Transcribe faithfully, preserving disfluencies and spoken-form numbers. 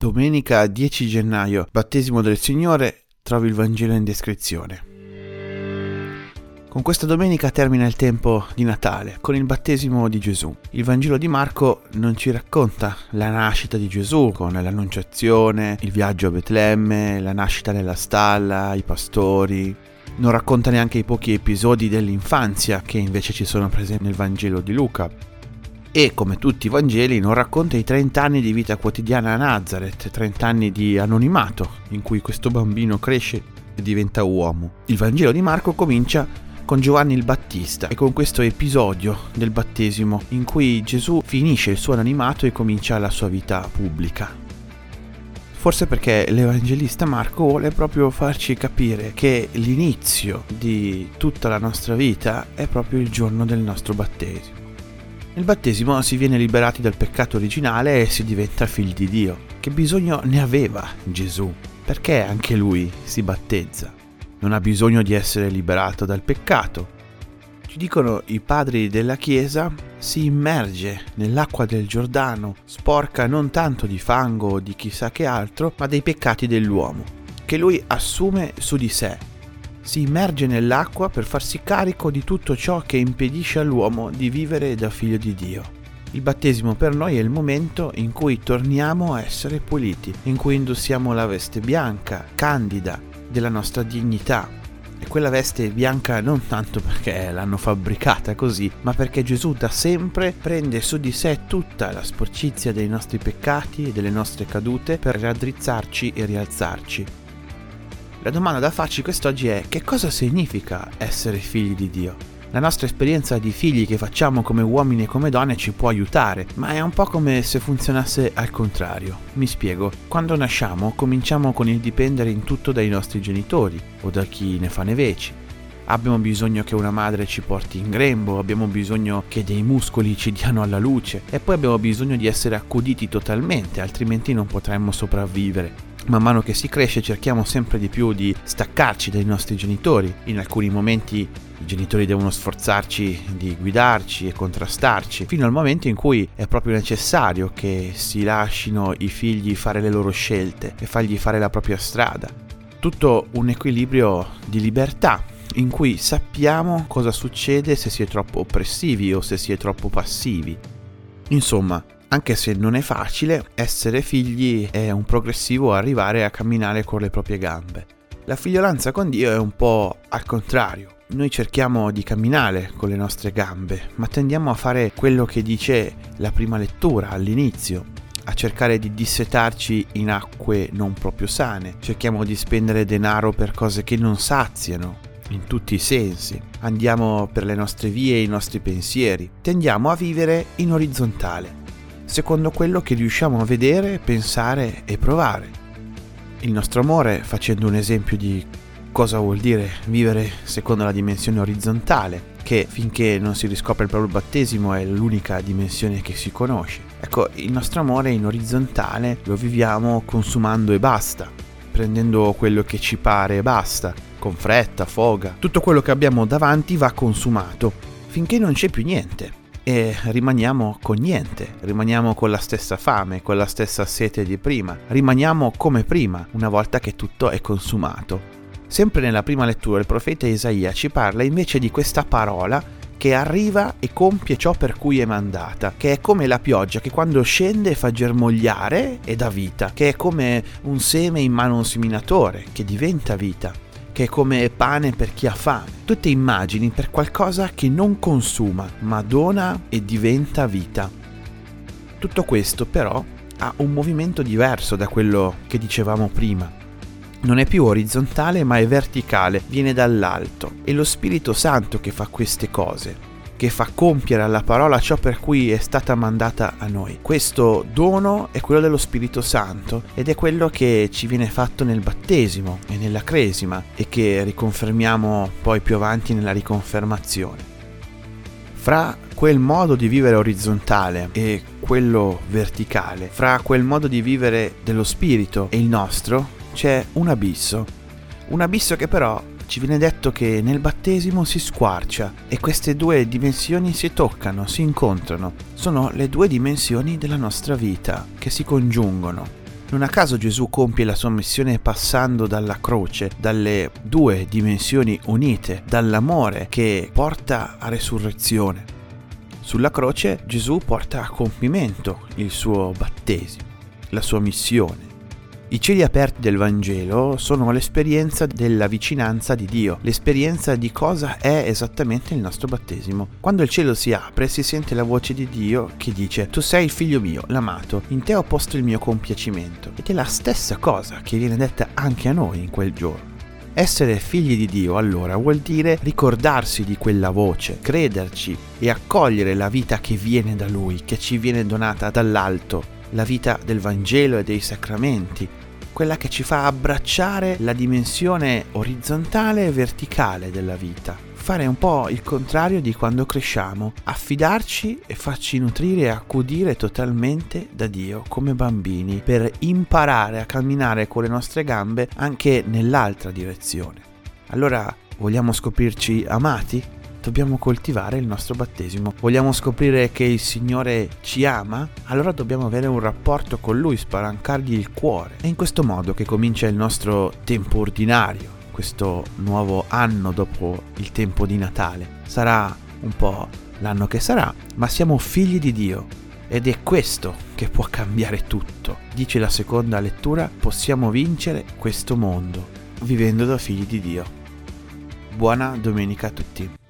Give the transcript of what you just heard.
domenica dieci gennaio, battesimo del Signore, trovi il Vangelo in descrizione. Con questa domenica termina il tempo di Natale, con il battesimo di Gesù. Il Vangelo di Marco non ci racconta la nascita di Gesù, con l'annunciazione, il viaggio a Betlemme, la nascita nella stalla, i pastori. Non racconta neanche i pochi episodi dell'infanzia che invece ci sono presenti nel Vangelo di Luca. E, come tutti i Vangeli, non racconta i trenta anni di vita quotidiana a Nazareth, trenta anni di anonimato, in cui questo bambino cresce e diventa uomo. Il Vangelo di Marco comincia con Giovanni il Battista e con questo episodio del battesimo, in cui Gesù finisce il suo anonimato e comincia la sua vita pubblica. Forse perché l'Evangelista Marco vuole proprio farci capire che l'inizio di tutta la nostra vita è proprio il giorno del nostro battesimo. Nel battesimo si viene liberati dal peccato originale e si diventa figli di Dio. Che bisogno ne aveva Gesù? Perché anche lui si battezza? Non ha bisogno di essere liberato dal peccato. Ci dicono i padri della Chiesa, si immerge nell'acqua del Giordano, sporca non tanto di fango o di chissà che altro, ma dei peccati dell'uomo, che lui assume su di sé. Si immerge nell'acqua per farsi carico di tutto ciò che impedisce all'uomo di vivere da figlio di Dio. Il battesimo per noi è il momento in cui torniamo a essere puliti, in cui indossiamo la veste bianca, candida, della nostra dignità. E quella veste bianca non tanto perché l'hanno fabbricata così, ma perché Gesù da sempre prende su di sé tutta la sporcizia dei nostri peccati e delle nostre cadute per raddrizzarci e rialzarci. La domanda da farci quest'oggi è: che cosa significa essere figli di Dio? La nostra esperienza di figli che facciamo come uomini e come donne ci può aiutare, ma è un po' come se funzionasse al contrario. Mi spiego. Quando nasciamo cominciamo con il dipendere in tutto dai nostri genitori o da chi ne fa ne veci. Abbiamo bisogno che una madre ci porti in grembo, abbiamo bisogno che dei muscoli ci diano alla luce e poi abbiamo bisogno di essere accuditi totalmente, altrimenti non potremmo sopravvivere. Man mano che si cresce cerchiamo sempre di più di staccarci dai nostri genitori. In alcuni momenti i genitori devono sforzarci di guidarci e contrastarci, fino al momento in cui è proprio necessario che si lascino i figli fare le loro scelte e fargli fare la propria strada. Tutto un equilibrio di libertà, in cui sappiamo cosa succede se si è troppo oppressivi o se si è troppo passivi. Insomma, anche se non è facile, essere figli è un progressivo arrivare a camminare con le proprie gambe. La figliolanza con Dio è un po' al contrario. Noi cerchiamo di camminare con le nostre gambe, ma tendiamo a fare quello che dice la prima lettura all'inizio, a cercare di dissetarci in acque non proprio sane. Cerchiamo di spendere denaro per cose che non saziano, in tutti i sensi. Andiamo per le nostre vie e i nostri pensieri. Tendiamo a vivere in orizzontale, secondo quello che riusciamo a vedere, pensare e provare. Il nostro amore, facendo un esempio di cosa vuol dire vivere secondo la dimensione orizzontale, che finché non si riscopre il proprio battesimo è l'unica dimensione che si conosce. Ecco, il nostro amore in orizzontale lo viviamo consumando e basta, prendendo quello che ci pare e basta, con fretta, foga. Tutto quello che abbiamo davanti va consumato, finché non c'è più niente. E rimaniamo con niente, rimaniamo con la stessa fame, con la stessa sete di prima, rimaniamo come prima, una volta che tutto è consumato. Sempre nella prima lettura il profeta Isaia ci parla invece di questa parola che arriva e compie ciò per cui è mandata, che è come la pioggia che quando scende fa germogliare e dà vita, che è come un seme in mano a un seminatore che diventa vita, che è come pane per chi ha fame. Tutte immagini per qualcosa che non consuma, ma dona e diventa vita. Tutto questo però ha un movimento diverso da quello che dicevamo prima. Non è più orizzontale ma è verticale, viene dall'alto. È lo Spirito Santo che fa queste cose, che fa compiere alla parola ciò per cui è stata mandata a noi. Questo dono è quello dello Spirito Santo ed è quello che ci viene fatto nel battesimo e nella cresima e che riconfermiamo poi più avanti nella riconfermazione. Fra quel modo di vivere orizzontale e quello verticale, fra quel modo di vivere dello Spirito e il nostro, c'è un abisso. Un abisso che però ci viene detto che nel battesimo si squarcia e queste due dimensioni si toccano, si incontrano. Sono le due dimensioni della nostra vita che si congiungono. Non a caso Gesù compie la sua missione passando dalla croce, dalle due dimensioni unite, dall'amore che porta a resurrezione. Sulla croce Gesù porta a compimento il suo battesimo, la sua missione. I cieli aperti del Vangelo sono l'esperienza della vicinanza di Dio, l'esperienza di cosa è esattamente il nostro battesimo. Quando il cielo si apre si sente la voce di Dio che dice: tu sei il figlio mio, l'amato, in te ho posto il mio compiacimento. Ed è la stessa cosa che viene detta anche a noi in quel giorno. Essere figli di Dio allora vuol dire ricordarsi di quella voce, crederci e accogliere la vita che viene da Lui, che ci viene donata dall'alto, la vita del Vangelo e dei sacramenti, quella che ci fa abbracciare la dimensione orizzontale e verticale della vita. Fare un po' il contrario di quando cresciamo, affidarci e farci nutrire e accudire totalmente da Dio come bambini per imparare a camminare con le nostre gambe anche nell'altra direzione. Allora, vogliamo scoprirci amati? Dobbiamo coltivare il nostro battesimo. Vogliamo scoprire che il Signore ci ama? Allora dobbiamo avere un rapporto con Lui, spalancargli il cuore. È in questo modo che comincia il nostro tempo ordinario, questo nuovo anno dopo il tempo di Natale. Sarà un po' l'anno che sarà, ma siamo figli di Dio ed è questo che può cambiare tutto. Dice la seconda lettura: possiamo vincere questo mondo vivendo da figli di Dio. Buona domenica a tutti.